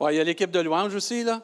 Ouais, il y a l'équipe de louange aussi, là.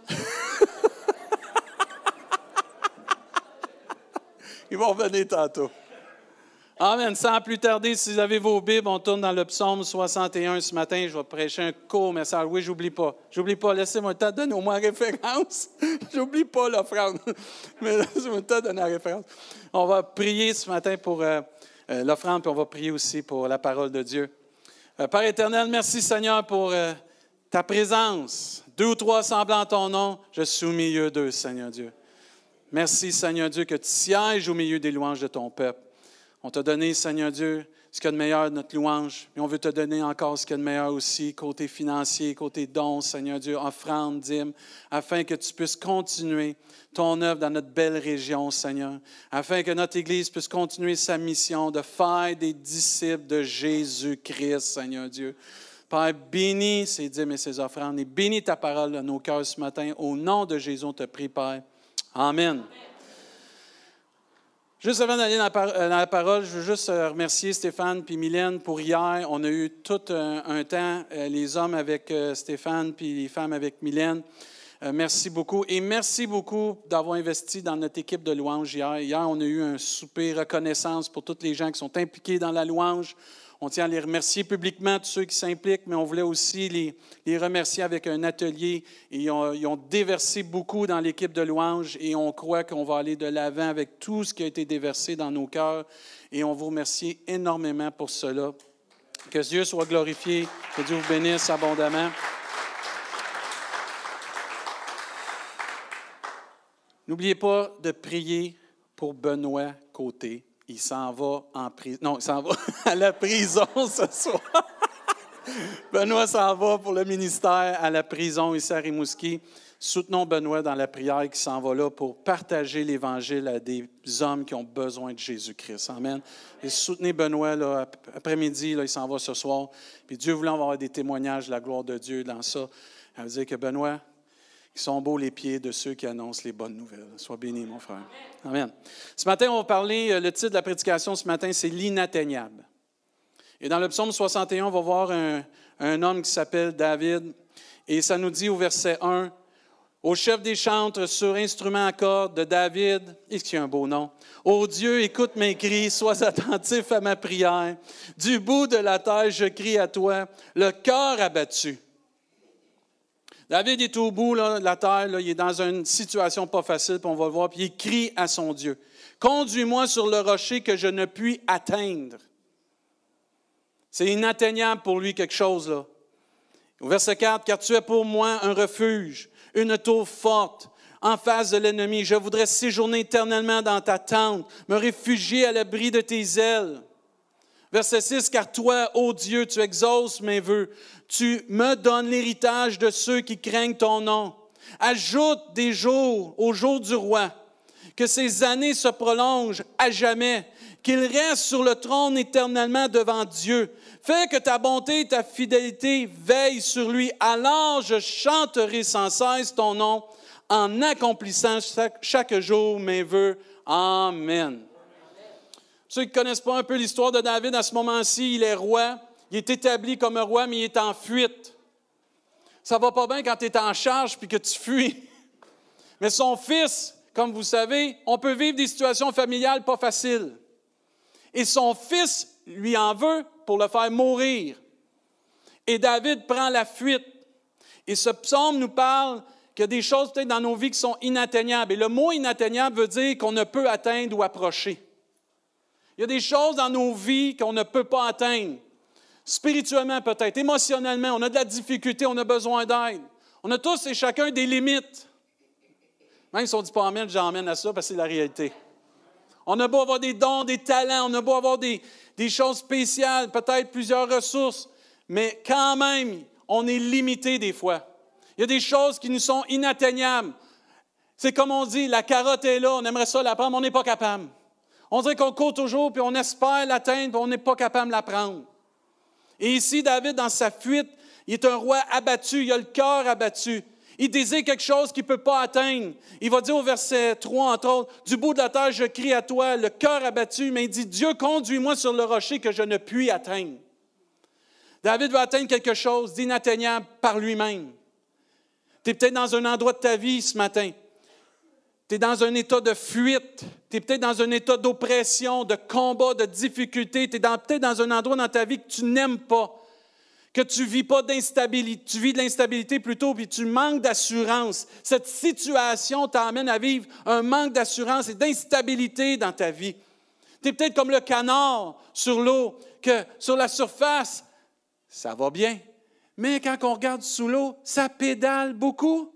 Ils vont revenir tantôt. Amen. Sans plus tarder, si vous avez vos Bibles, on tourne dans le psaume 61 ce matin. Je vais prêcher un court message. Oui, j'oublie pas. J'oublie pas. Laissez-moi le temps de donner au moins référence. J'oublie pas l'offrande. Mais laissez-moi le temps de donner la référence. On va prier ce matin pour l'offrande, puis on va prier aussi pour la parole de Dieu. Père éternel, merci Seigneur pour ta présence. 2 ou 3 semblant en ton nom, je suis au milieu d'eux, Seigneur Dieu. Merci, Seigneur Dieu, que tu sièges au milieu des louanges de ton peuple. On t'a donné, Seigneur Dieu, ce qu'il y a de meilleur de notre louange, mais on veut te donner encore ce qu'il y a de meilleur aussi, côté financier, côté dons, Seigneur Dieu, offrande, dîme, afin que tu puisses continuer ton œuvre dans notre belle région, Seigneur, afin que notre Église puisse continuer sa mission de faire des disciples de Jésus-Christ, Seigneur Dieu. Père, bénis ces dîmes et ces offrandes et bénis ta parole dans nos cœurs ce matin. Au nom de Jésus, on te prie, Père. Amen. Juste avant d'aller dans la parole, je veux juste remercier Stéphane et Mylène pour hier. On a eu tout un temps, les hommes avec Stéphane puis les femmes avec Mylène. Merci beaucoup. Et merci beaucoup d'avoir investi dans notre équipe de louange hier. Hier, on a eu un souper reconnaissance pour tous les gens qui sont impliqués dans la louange. On tient à les remercier publiquement, tous ceux qui s'impliquent, mais on voulait aussi les remercier avec un atelier. Et ils ont déversé beaucoup dans l'équipe de louange et on croit qu'on va aller de l'avant avec tout ce qui a été déversé dans nos cœurs. Et on vous remercie énormément pour cela. Que Dieu soit glorifié, que Dieu vous bénisse abondamment. N'oubliez pas de prier pour Benoît Côté. Il s'en va en prison. Non, il s'en va à la prison ce soir. Benoît s'en va pour le ministère à la prison ici à Rimouski. Soutenons Benoît dans la prière qui s'en va là pour partager l'Évangile à des hommes qui ont besoin de Jésus-Christ. Amen. Et soutenez Benoît là, après-midi, là, il s'en va ce soir. Puis Dieu voulant, on va avoir des témoignages de la gloire de Dieu dans ça. Ça veut dire que Benoît, ils sont beaux les pieds de ceux qui annoncent les bonnes nouvelles. Sois béni, mon frère. Amen. Ce matin, on va parler, le titre de la prédication ce matin, c'est « L'inatteignable ». Et dans le psaume 61, on va voir un homme qui s'appelle David. Et ça nous dit au verset 1, « Au chef des chantres sur instrument à cordes de David, est-ce qu'il y a un beau nom? Ô Dieu, écoute mes cris, sois attentif à ma prière. Du bout de la terre, je crie à toi, le cœur abattu. » David est au bout là, de la terre, là, il est dans une situation pas facile, puis on va le voir, puis il crie à son Dieu. « Conduis-moi sur le rocher que je ne puis atteindre. » C'est inatteignable pour lui quelque chose là. Au verset 4, « Car tu es pour moi un refuge, une tour forte, en face de l'ennemi. Je voudrais séjourner éternellement dans ta tente, me réfugier à l'abri de tes ailes. » Verset 6, « Car toi, ô Dieu, tu exauces mes vœux. Tu me donnes l'héritage de ceux qui craignent ton nom. Ajoute des jours au jour du roi, que ces années se prolongent à jamais, qu'il reste sur le trône éternellement devant Dieu. Fais que ta bonté et ta fidélité veillent sur lui. Alors je chanterai sans cesse ton nom en accomplissant chaque jour mes vœux. Amen. » Ceux qui ne connaissent pas un peu l'histoire de David, à ce moment-ci, il est roi. Il est établi comme roi, mais il est en fuite. Ça ne va pas bien quand tu es en charge puis que tu fuis. Mais son fils, comme vous savez, on peut vivre des situations familiales pas faciles. Et son fils lui en veut pour le faire mourir. Et David prend la fuite. Et ce psaume nous parle qu'il y a des choses peut-être dans nos vies qui sont inatteignables. Et le mot inatteignable veut dire qu'on ne peut atteindre ou approcher. Il y a des choses dans nos vies qu'on ne peut pas atteindre. Spirituellement peut-être, émotionnellement, on a de la difficulté, on a besoin d'aide. On a tous et chacun des limites. Même si on ne dit pas amen, j'emmène à ça parce que c'est la réalité. On a beau avoir des dons, des talents, on a beau avoir des choses spéciales, peut-être plusieurs ressources, mais quand même, on est limité des fois. Il y a des choses qui nous sont inatteignables. C'est comme on dit, la carotte est là, on aimerait ça la prendre, mais on n'est pas capable. On dirait qu'on court toujours, puis on espère l'atteindre, puis on n'est pas capable de la prendre. Et ici, David, dans sa fuite, il est un roi abattu, il a le cœur abattu. Il désire quelque chose qu'il ne peut pas atteindre. Il va dire au verset 3, entre autres, « Du bout de la terre, je crie à toi, le cœur abattu. » Mais il dit, « Dieu, conduis-moi sur le rocher que je ne puis atteindre. » David veut atteindre quelque chose d'inatteignable par lui-même. Tu es peut-être dans un endroit de ta vie ce matin. Tu es dans un état de fuite. Tu es peut-être dans un état d'oppression, de combat, de difficulté. Tu es peut-être dans un endroit dans ta vie que tu n'aimes pas, que tu ne vis pas d'instabilité. Tu vis de l'instabilité plutôt, puis tu manques d'assurance. Cette situation t'emmène à vivre un manque d'assurance et d'instabilité dans ta vie. Tu es peut-être comme le canard sur l'eau, que sur la surface, ça va bien. Mais quand on regarde sous l'eau, ça pédale beaucoup.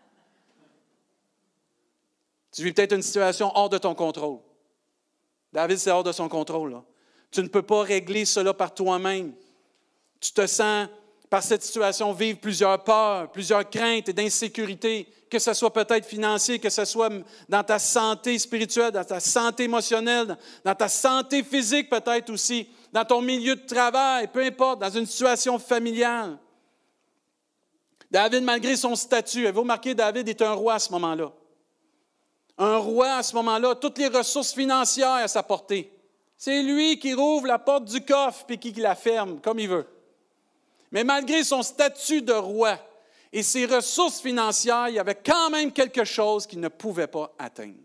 Tu vis peut-être une situation hors de ton contrôle. David, c'est hors de son contrôle, là. Tu ne peux pas régler cela par toi-même. Tu te sens, par cette situation, vivre plusieurs peurs, plusieurs craintes et d'insécurité, que ce soit peut-être financier, que ce soit dans ta santé spirituelle, dans ta santé émotionnelle, dans ta santé physique peut-être aussi, dans ton milieu de travail, peu importe, dans une situation familiale. David, malgré son statut, avez-vous remarqué, David est un roi à ce moment-là. Un roi, à ce moment-là, toutes les ressources financières à sa portée. C'est lui qui rouvre la porte du coffre et qui la ferme, comme il veut. Mais malgré son statut de roi et ses ressources financières, il y avait quand même quelque chose qu'il ne pouvait pas atteindre.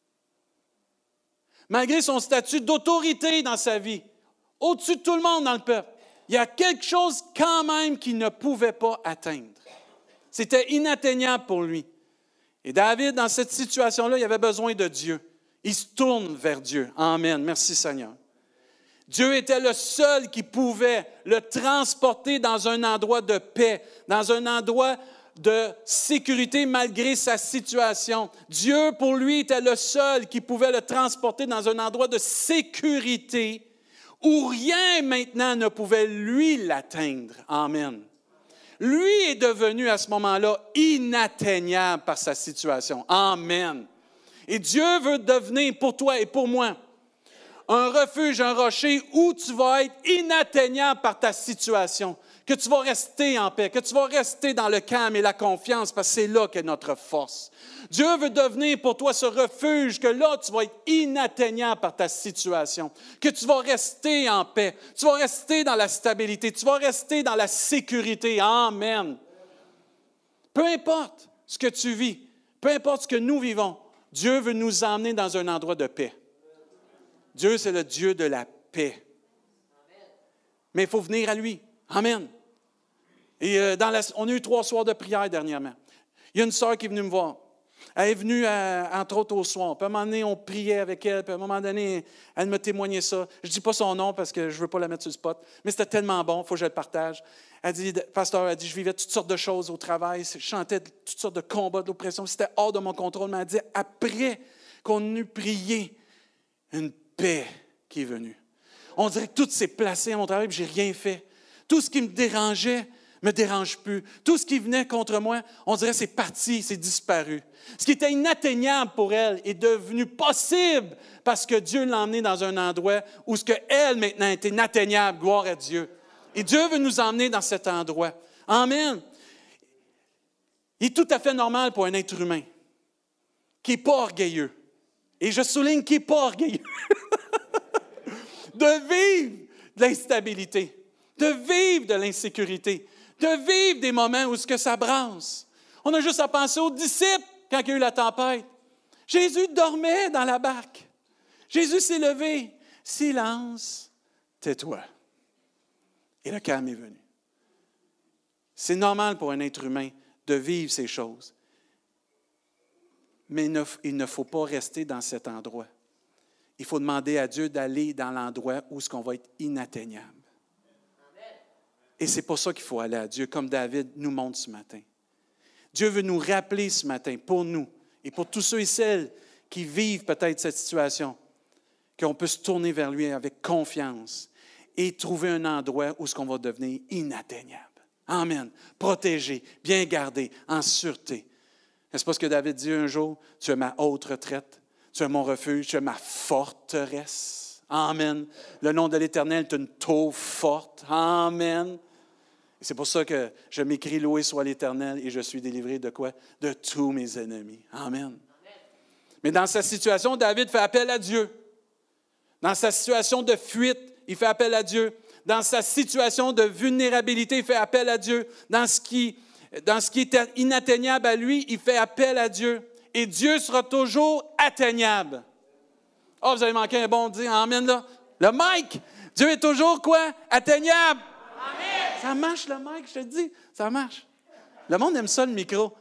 Malgré son statut d'autorité dans sa vie, au-dessus de tout le monde dans le peuple, il y a quelque chose quand même qu'il ne pouvait pas atteindre. C'était inatteignable pour lui. Et David, dans cette situation-là, il avait besoin de Dieu. Il se tourne vers Dieu. Amen. Merci Seigneur. Dieu était le seul qui pouvait le transporter dans un endroit de paix, dans un endroit de sécurité malgré sa situation. Dieu, pour lui, était le seul qui pouvait le transporter dans un endroit de sécurité où rien maintenant ne pouvait lui l'atteindre. Amen. Lui est devenu à ce moment-là inatteignable par sa situation. Amen. Et Dieu veut devenir pour toi et pour moi un refuge, un rocher où tu vas être inatteignable par ta situation, que tu vas rester en paix, que tu vas rester dans le calme et la confiance parce que c'est là qu'est notre force. Dieu veut devenir pour toi ce refuge que là, tu vas être inatteignable par ta situation, que tu vas rester en paix, tu vas rester dans la stabilité, tu vas rester dans la sécurité. Amen. Peu importe ce que tu vis, peu importe ce que nous vivons, Dieu veut nous emmener dans un endroit de paix. Dieu, c'est le Dieu de la paix. Mais il faut venir à lui. Amen. Et on a eu 3 soirs de prière dernièrement. Il y a une sœur qui est venue me voir. Elle est venue, entre autres, au soir. Puis à un moment donné, on priait avec elle. Puis à un moment donné, elle me témoignait ça. Je ne dis pas son nom parce que je ne veux pas la mettre sur le spot. Mais c'était tellement bon, il faut que je le partage. Elle dit, pasteur, elle dit, je vivais toutes sortes de choses au travail. Je chantais toutes sortes de combats, de l'oppression. C'était hors de mon contrôle. Mais elle dit, après qu'on eut prié, une paix qui est venue. On dirait que tout s'est placé à mon travail et je n'ai rien fait. Tout ce qui me dérangeait ne me dérange plus. Tout ce qui venait contre moi, on dirait que c'est parti, c'est disparu. Ce qui était inatteignable pour elle est devenu possible parce que Dieu l'a emmenée dans un endroit où ce qu'elle maintenant est inatteignable, gloire à Dieu. Et Dieu veut nous emmener dans cet endroit. Amen. Il est tout à fait normal pour un être humain qui n'est pas orgueilleux. Et je souligne qu'il n'est pas orgueilleux. De vivre de l'instabilité, de vivre de l'insécurité, de vivre des moments où ce que ça brasse. On a juste à penser aux disciples quand il y a eu la tempête. Jésus dormait dans la barque. Jésus s'est levé. Silence, tais-toi. Et le calme est venu. C'est normal pour un être humain de vivre ces choses. Mais il ne faut pas rester dans cet endroit. Il faut demander à Dieu d'aller dans l'endroit où ce qu'on va être inatteignable. Et c'est pour ça qu'il faut aller à Dieu, comme David nous montre ce matin. Dieu veut nous rappeler ce matin, pour nous, et pour tous ceux et celles qui vivent peut-être cette situation, qu'on peut se tourner vers lui avec confiance et trouver un endroit où ce qu'on va devenir inatteignable. Amen. Protégé, bien gardé, en sûreté. N'est-ce pas ce que David dit un jour? Tu es ma haute retraite, tu es mon refuge, tu es ma forteresse. Amen. Le nom de l'Éternel est une tour forte. Amen. Et c'est pour ça que je m'écris loué soit l'Éternel et je suis délivré de quoi? De tous mes ennemis. Amen. Mais dans sa situation, David fait appel à Dieu. Dans sa situation de fuite, il fait appel à Dieu. Dans sa situation de vulnérabilité, il fait appel à Dieu. Dans ce qui dans ce qui est inatteignable à lui, il fait appel à Dieu. Et Dieu sera toujours atteignable. Oh, vous avez manqué un bon dire, amen là. Le mic, Dieu est toujours quoi? Atteignable. Amen. Ça marche le mic, je te dis, ça marche. Le monde aime ça, le micro.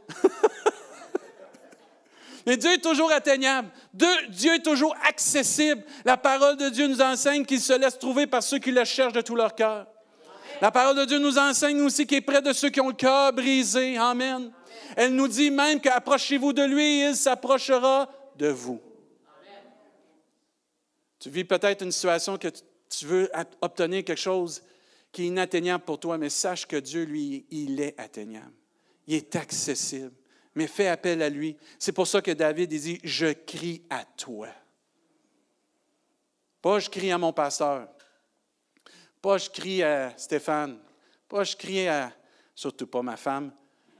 Mais Dieu est toujours atteignable. Dieu est toujours accessible. La parole de Dieu nous enseigne qu'il se laisse trouver par ceux qui le cherchent de tout leur cœur. La parole de Dieu nous enseigne aussi qu'il est près de ceux qui ont le cœur brisé. Amen. Elle nous dit même qu'approchez-vous de lui et il s'approchera de vous. Amen. Tu vis peut-être une situation que tu veux obtenir quelque chose qui est inatteignable pour toi, mais sache que Dieu, lui, il est atteignable. Il est accessible. Mais fais appel à lui. C'est pour ça que David il dit « Je crie à toi ». Pas « Je crie à mon pasteur ». Pas « Je crie à Stéphane ». Pas « Je crie à... » Surtout pas ma femme.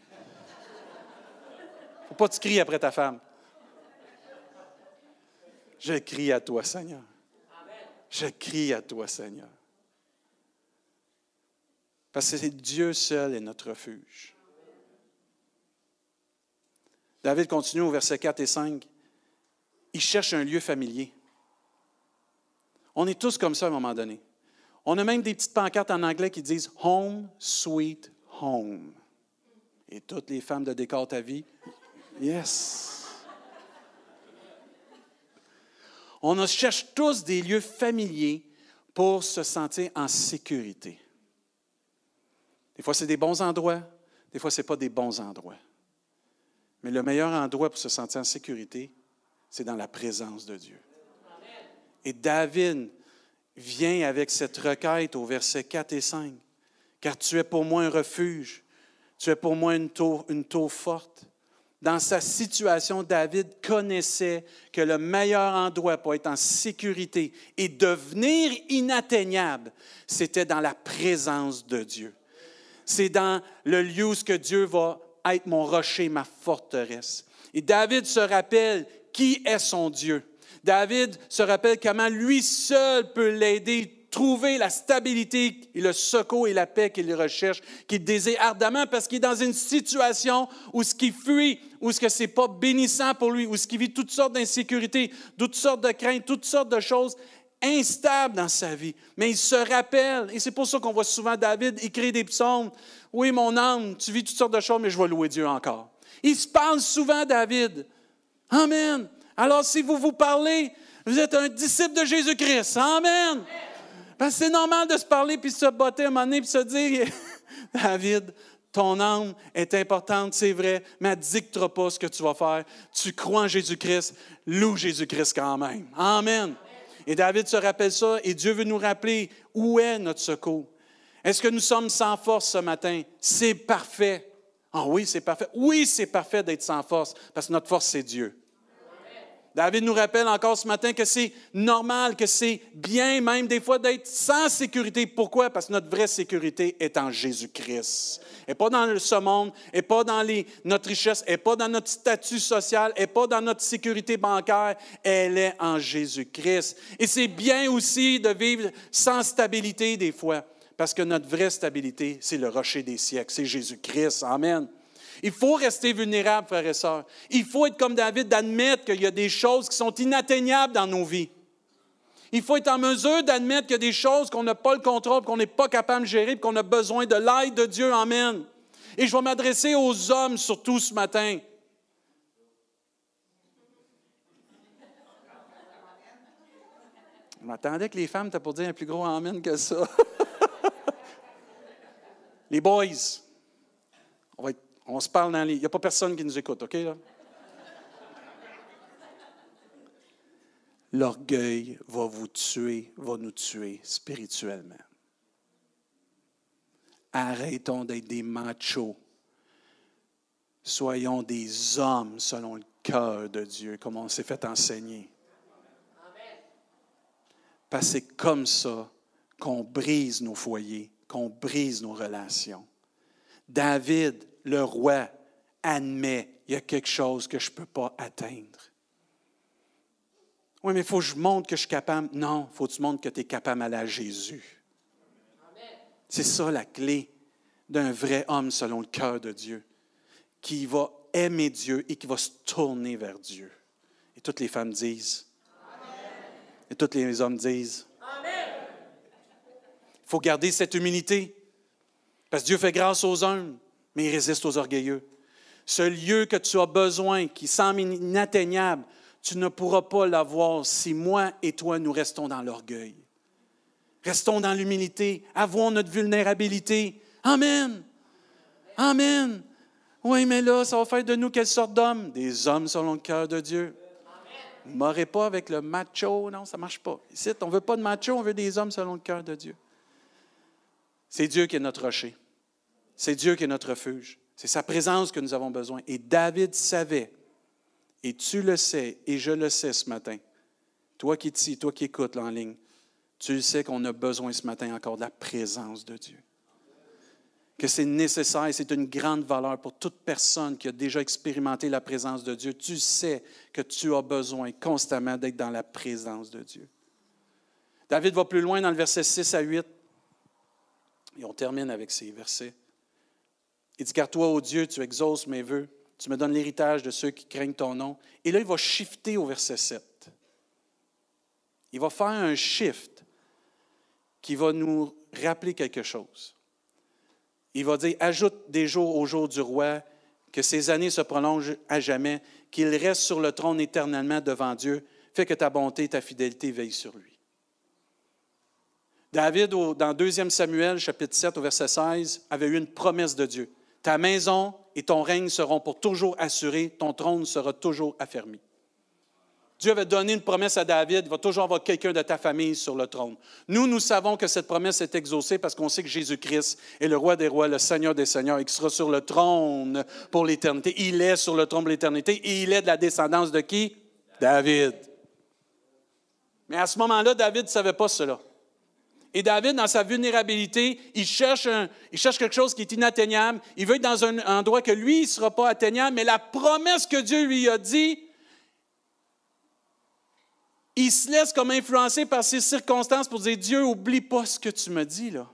Faut pas que tu cries après ta femme. Je crie à toi, Seigneur. Je crie à toi, Seigneur. Parce que c'est Dieu seul est notre refuge. David continue au verset 4 et 5. Il cherche un lieu familier. On est tous comme ça à un moment donné. On a même des petites pancartes en anglais qui disent « Home, sweet home ». Et toutes les femmes de Décor ta vie, yes! On cherche tous des lieux familiers pour se sentir en sécurité. Des fois, c'est des bons endroits. Des fois, ce n'est pas des bons endroits. Mais le meilleur endroit pour se sentir en sécurité, c'est dans la présence de Dieu. Et David vient avec cette requête au verset 4 et 5. « Car tu es pour moi un refuge, tu es pour moi une tour forte. » Dans sa situation, David connaissait que le meilleur endroit pour être en sécurité et devenir inatteignable, c'était dans la présence de Dieu. C'est dans le lieu où Dieu va être mon rocher, ma forteresse. Et David se rappelle qui est son Dieu. David se rappelle comment lui seul peut l'aider, trouver la stabilité et le secours et la paix qu'il recherche, qu'il désire ardemment parce qu'il est dans une situation où ce qui fuit, où ce que c'est pas bénissant pour lui, où ce qui vit toutes sortes d'insécurités, toutes sortes de craintes, toutes sortes de choses instables dans sa vie. Mais il se rappelle, et c'est pour ça qu'on voit souvent David écrire des psaumes. Oui, mon âme, tu vis toutes sortes de choses, mais je vais louer Dieu encore. Il se parle souvent, David. Amen. Alors, si vous vous parlez, vous êtes un disciple de Jésus-Christ. Amen. Parce que c'est normal de se parler puis de se botter à un moment donné puis de se dire, David, ton âme est importante, c'est vrai, mais elle ne dictera pas ce que tu vas faire. Tu crois en Jésus-Christ, loue Jésus-Christ quand même. Amen. Et David se rappelle ça et Dieu veut nous rappeler où est notre secours. Est-ce que nous sommes sans force ce matin? C'est parfait. Ah oui, c'est parfait. Oui, c'est parfait d'être sans force parce que notre force, c'est Dieu. David nous rappelle encore ce matin que c'est normal, que c'est bien même des fois d'être sans sécurité. Pourquoi? Parce que notre vraie sécurité est en Jésus-Christ. Elle n'est pas dans ce monde, elle n'est pas dans notre richesse, elle n'est pas dans notre statut social, elle n'est pas dans notre sécurité bancaire, elle est en Jésus-Christ. Et c'est bien aussi de vivre sans stabilité des fois, parce que notre vraie stabilité, c'est le rocher des siècles, c'est Jésus-Christ. Amen. Il faut rester vulnérable, frères et sœurs. Il faut être comme David, d'admettre qu'il y a des choses qui sont inatteignables dans nos vies. Il faut être en mesure d'admettre qu'il y a des choses qu'on n'a pas le contrôle, qu'on n'est pas capable de gérer, qu'on a besoin de l'aide de Dieu. Amen. Et je vais m'adresser aux hommes surtout ce matin. Je m'attendais que les femmes étaient pour dire un plus gros amen que ça. Les boys, on se parle dans les... Il n'y a pas personne qui nous écoute, OK? Là? L'orgueil va vous tuer, va nous tuer spirituellement. Arrêtons d'être des machos. Soyons des hommes selon le cœur de Dieu, comme on s'est fait enseigner. Parce que c'est comme ça qu'on brise nos foyers, qu'on brise nos relations. David, le roi, admet il y a quelque chose que je ne peux pas atteindre. Oui, mais il faut que je montre que je suis capable. Non, il faut que tu montres que tu es capable d'aller à Jésus. Amen. C'est ça la clé. d'un vrai homme selon le cœur de Dieu, qui va aimer Dieu et qui va se tourner vers Dieu. Et toutes les femmes disent, amen. Et tous les hommes disent, amen. Il faut garder cette humilité, parce que Dieu fait grâce aux humbles, mais il résiste aux orgueilleux. Ce lieu que tu as besoin, qui semble inatteignable, tu ne pourras pas l'avoir si moi et toi, nous restons dans l'orgueil. Restons dans l'humilité, avouons notre vulnérabilité. Amen. Amen. Oui, mais là, ça va faire de nous quelle sorte d'hommes? Des hommes selon le cœur de Dieu. Vous ne m'aurez pas avec le macho, non, ça ne marche pas. Ici, on ne veut pas de macho, on veut des hommes selon le cœur de Dieu. C'est Dieu qui est notre rocher. C'est Dieu qui est notre refuge. C'est sa présence que nous avons besoin. Et David savait, et tu le sais, et je le sais ce matin, toi qui es ici, toi qui écoutes là en ligne, tu le sais qu'on a besoin ce matin encore de la présence de Dieu. Que c'est nécessaire et c'est une grande valeur pour toute personne qui a déjà expérimenté la présence de Dieu. Tu sais que tu as besoin constamment d'être dans la présence de Dieu. David va plus loin dans le verset 6 à 8. Et on termine avec ces versets. Il dit, car toi, ô Dieu, tu exauces mes vœux. Tu me donnes l'héritage de ceux qui craignent ton nom. Et là, il va shifter au verset 7. Il va faire un shift qui va nous rappeler quelque chose. Il va dire, ajoute des jours au jour du roi, que ses années se prolongent à jamais, qu'il reste sur le trône éternellement devant Dieu, fais que ta bonté et ta fidélité veillent sur lui. David, dans 2 Samuel, chapitre 7, au verset 16, avait eu une promesse de Dieu. Ta maison et ton règne seront pour toujours assurés, ton trône sera toujours affermi. Dieu avait donné une promesse à David, il va toujours avoir quelqu'un de ta famille sur le trône. Nous savons que cette promesse est exaucée parce qu'on sait que Jésus-Christ est le roi des rois, le Seigneur des seigneurs, et qu'il sera sur le trône pour l'éternité. Il est sur le trône pour l'éternité et il est de la descendance de qui? David. Mais à ce moment-là, David ne savait pas cela. Et David, dans sa vulnérabilité, il cherche quelque chose qui est inatteignable. Il veut être dans un endroit que lui, il ne sera pas atteignable, mais la promesse que Dieu lui a dit, il se laisse comme influencer par ces circonstances pour dire, Dieu, oublie pas ce que tu me dis, là.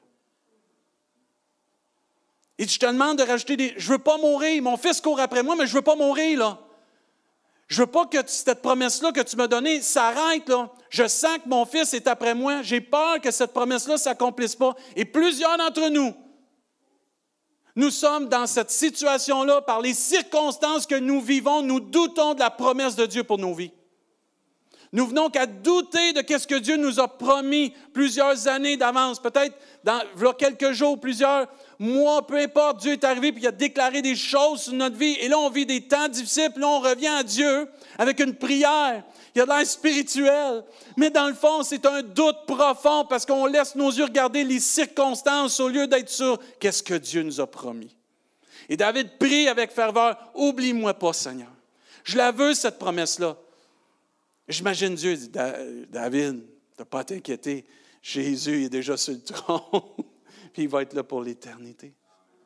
Et je te demande de rajouter je ne veux pas mourir, mon fils court après moi, mais je ne veux pas mourir, là. Je ne veux pas que cette promesse-là que tu m'as donnée s'arrête, là. Je sens que mon fils est après moi. J'ai peur que cette promesse-là ne s'accomplisse pas. Et plusieurs d'entre nous sommes dans cette situation-là par les circonstances que nous vivons. Nous doutons de la promesse de Dieu pour nos vies. Nous venons qu'à douter de ce que Dieu nous a promis plusieurs années d'avance. Peut-être dans quelques jours, plusieurs mois, peu importe, Dieu est arrivé et il a déclaré des choses sur notre vie. Et là, on vit des temps difficiles, puis là, on revient à Dieu avec une prière. Il y a de l'air spirituel. Mais dans le fond, c'est un doute profond parce qu'on laisse nos yeux regarder les circonstances au lieu d'être sûr qu'est-ce que Dieu nous a promis. Et David prie avec ferveur, « Oublie-moi pas, Seigneur. Je la veux, cette promesse-là. » J'imagine Dieu dit, David, tu n'as pas à t'inquiéter, Jésus est déjà sur le trône, puis il va être là pour l'éternité.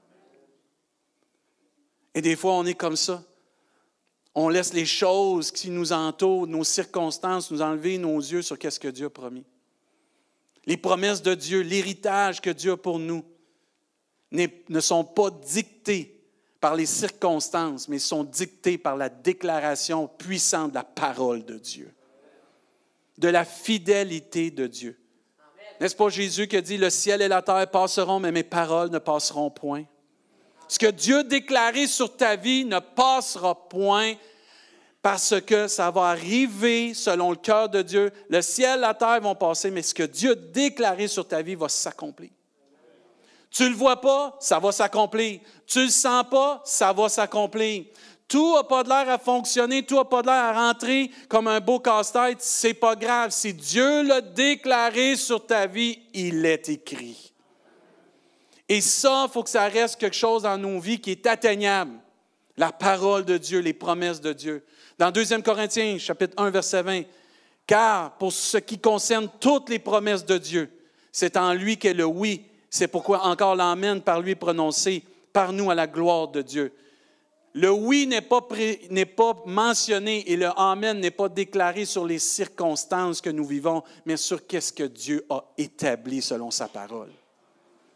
Et des fois, on est comme ça. On laisse les choses qui nous entourent, nos circonstances, nous enlever nos yeux sur ce que Dieu a promis. Les promesses de Dieu, l'héritage que Dieu a pour nous, ne sont pas dictées par les circonstances, mais sont dictées par la déclaration puissante de la parole de Dieu, de la fidélité de Dieu. Amen. N'est-ce pas Jésus qui a dit, « Le ciel et la terre passeront, mais mes paroles ne passeront point. » Ce que Dieu a déclaré sur ta vie ne passera point parce que ça va arriver selon le cœur de Dieu. Le ciel et la terre vont passer, mais ce que Dieu a déclaré sur ta vie va s'accomplir. Tu ne le vois pas, ça va s'accomplir. Tu ne le sens pas, ça va s'accomplir. Tout n'a pas de l'air à fonctionner, tout n'a pas de l'air à rentrer comme un beau casse-tête. C'est pas grave. Si Dieu l'a déclaré sur ta vie, il est écrit. Et ça, il faut que ça reste quelque chose dans nos vies qui est atteignable. La parole de Dieu, les promesses de Dieu. Dans 2 Corinthiens, chapitre 1, verset 20, « Car pour ce qui concerne toutes les promesses de Dieu, c'est en lui qu'est le oui. C'est pourquoi encore l'amen par lui prononcé, par nous à la gloire de Dieu. » Le oui n'est pas mentionné et le amen n'est pas déclaré sur les circonstances que nous vivons, mais sur qu'est-ce que Dieu a établi selon sa parole.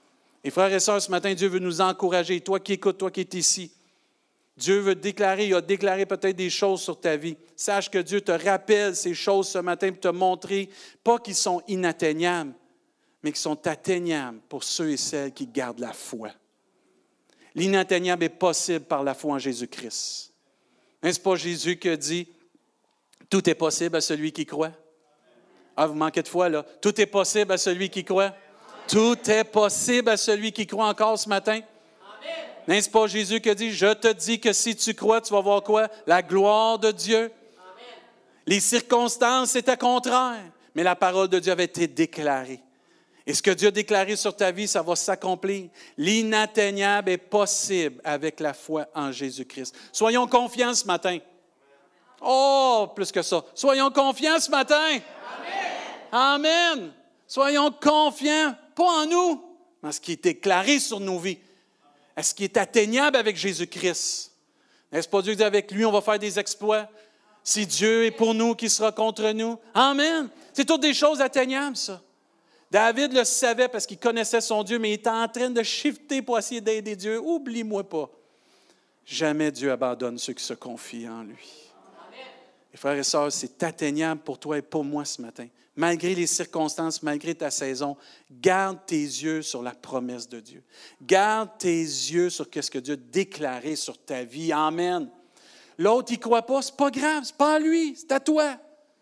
Et frères et sœurs, ce matin, Dieu veut nous encourager. Toi qui écoutes, toi qui es ici, Dieu veut déclarer, il a déclaré peut-être des choses sur ta vie. Sache que Dieu te rappelle ces choses ce matin pour te montrer, pas qu'ils sont inatteignables, mais qu'ils sont atteignables pour ceux et celles qui gardent la foi. L'inatteignable est possible par la foi en Jésus-Christ. N'est-ce pas Jésus qui a dit, tout est possible à celui qui croit? Ah, vous manquez de foi, là. Tout est possible à celui qui croit. Tout est possible à celui qui croit encore ce matin. N'est-ce pas Jésus qui a dit, je te dis que si tu crois, tu vas voir quoi? La gloire de Dieu. Les circonstances étaient contraires, mais la parole de Dieu avait été déclarée. Et ce que Dieu a déclaré sur ta vie, ça va s'accomplir. L'inatteignable est possible avec la foi en Jésus-Christ. Soyons confiants ce matin. Oh, plus que ça. Soyons confiants ce matin. Amen. Amen. Soyons confiants, pas en nous, mais en ce qui est déclaré sur nos vies. À ce qui est atteignable avec Jésus-Christ. N'est-ce pas Dieu dit avec lui, on va faire des exploits? Si Dieu est pour nous, qui sera contre nous? Amen. C'est toutes des choses atteignables, ça. David le savait parce qu'il connaissait son Dieu, mais il était en train de shifter pour essayer d'aider Dieu. Oublie-moi pas. Jamais Dieu abandonne ceux qui se confient en lui. Amen. Et frères et sœurs, c'est atteignable pour toi et pour moi ce matin. Malgré les circonstances, malgré ta saison, garde tes yeux sur la promesse de Dieu. Garde tes yeux sur ce que Dieu a déclaré sur ta vie. Amen. L'autre, il ne croit pas, ce n'est pas grave, ce n'est pas à lui, c'est à toi.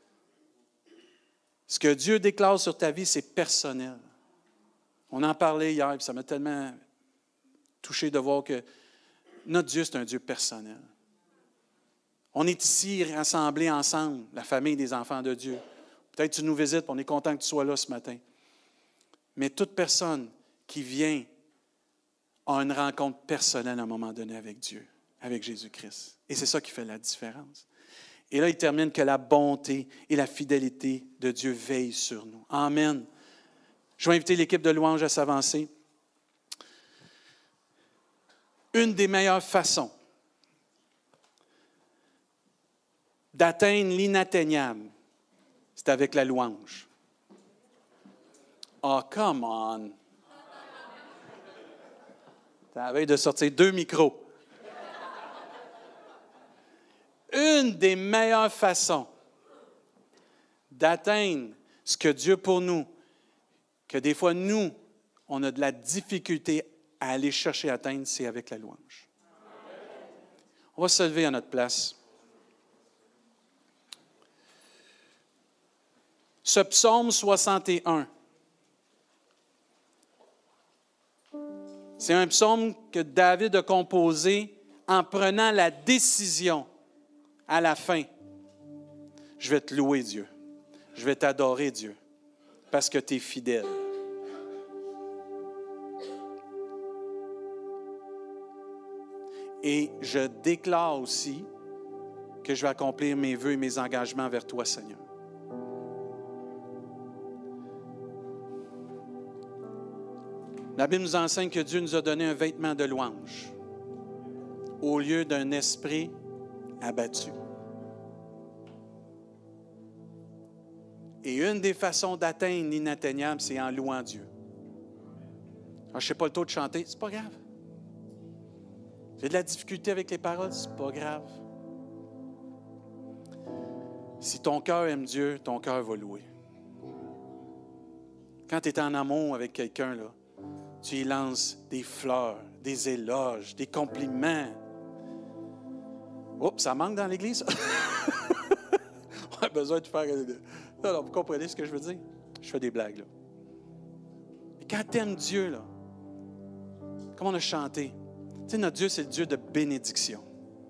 Ce que Dieu déclare sur ta vie, c'est personnel. On en parlait hier, et ça m'a tellement touché de voir que notre Dieu, c'est un Dieu personnel. On est ici rassemblés ensemble, la famille des enfants de Dieu. Peut-être que tu nous visites, on est content que tu sois là ce matin. Mais toute personne qui vient a une rencontre personnelle à un moment donné avec Dieu, avec Jésus-Christ. Et c'est ça qui fait la différence. Et là, il termine que la bonté et la fidélité de Dieu veillent sur nous. Amen. Je vais inviter l'équipe de louange à s'avancer. Une des meilleures façons d'atteindre l'inatteignable, c'est avec la louange. Oh, come on! Tu avais de sortir 2 micros. Une des meilleures façons d'atteindre ce que Dieu pour nous, que des fois nous, on a de la difficulté à aller chercher à atteindre, c'est avec la louange. On va se lever à notre place. Ce psaume 61, c'est un psaume que David a composé en prenant la décision à la fin. Je vais te louer, Dieu. Je vais t'adorer, Dieu, parce que tu es fidèle. Et je déclare aussi que je vais accomplir mes vœux et mes engagements vers toi, Seigneur. La Bible nous enseigne que Dieu nous a donné un vêtement de louange au lieu d'un esprit abattu. Et une des façons d'atteindre l'inatteignable, c'est en louant Dieu. Alors, je ne sais pas le taux de chanter, c'est pas grave. J'ai de la difficulté avec les paroles, c'est pas grave. Si ton cœur aime Dieu, ton cœur va louer. Quand tu es en amour avec quelqu'un, là, tu y lances des fleurs, des éloges, des compliments. Oups, ça manque dans l'Église. On a besoin de faire... Non, vous comprenez ce que je veux dire? Je fais des blagues, là. Mais quand tu aimes Dieu, là, comme on a chanté, tu sais, notre Dieu, c'est le Dieu de bénédiction.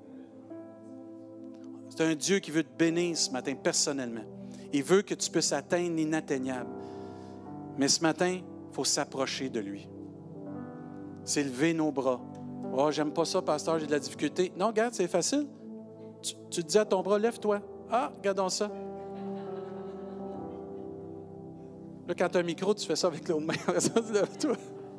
C'est un Dieu qui veut te bénir ce matin personnellement. Il veut que tu puisses atteindre l'inatteignable. Mais ce matin, il faut s'approcher de lui. C'est lever nos bras. Oh, j'aime pas ça, pasteur, j'ai de la difficulté. Non, regarde, c'est facile. Tu te dis à ton bras, lève-toi. Ah, regardons ça. Là, quand tu as un micro, tu fais ça avec l'autre main. Lève-toi.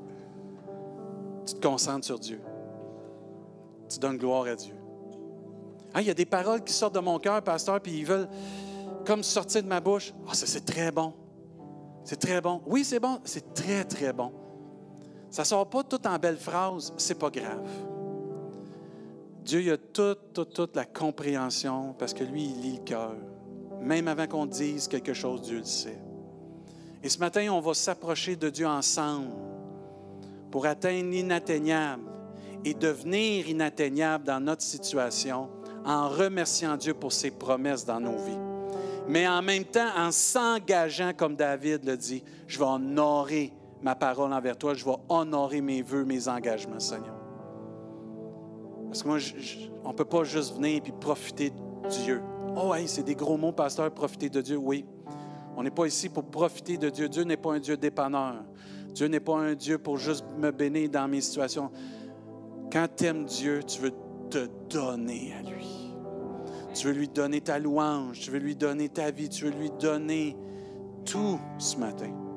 Tu te concentres sur Dieu. Tu donnes gloire à Dieu. Ah, il y a des paroles qui sortent de mon cœur, pasteur, puis ils veulent comme sortir de ma bouche. Ah, ça, c'est très bon. C'est très bon. Oui, c'est bon. C'est très, très bon. Ça ne sort pas tout en belles phrases, c'est pas grave. Dieu, il a toute la compréhension parce que lui, il lit le cœur. Même avant qu'on dise quelque chose, Dieu le sait. Et ce matin, on va s'approcher de Dieu ensemble pour atteindre l'inatteignable et devenir inatteignable dans notre situation en remerciant Dieu pour ses promesses dans nos vies. Mais en même temps, en s'engageant, comme David le dit, je vais honorer ma parole envers toi, je vais honorer mes vœux, mes engagements, Seigneur. Parce que moi, on ne peut pas juste venir et profiter de Dieu. Oh, hey, c'est des gros mots, pasteur, profiter de Dieu, oui. On n'est pas ici pour profiter de Dieu. Dieu n'est pas un Dieu dépanneur. Dieu n'est pas un Dieu pour juste me bénir dans mes situations. Quand tu aimes Dieu, tu veux te donner à lui. Tu veux lui donner ta louange, tu veux lui donner ta vie, tu veux lui donner tout ce matin.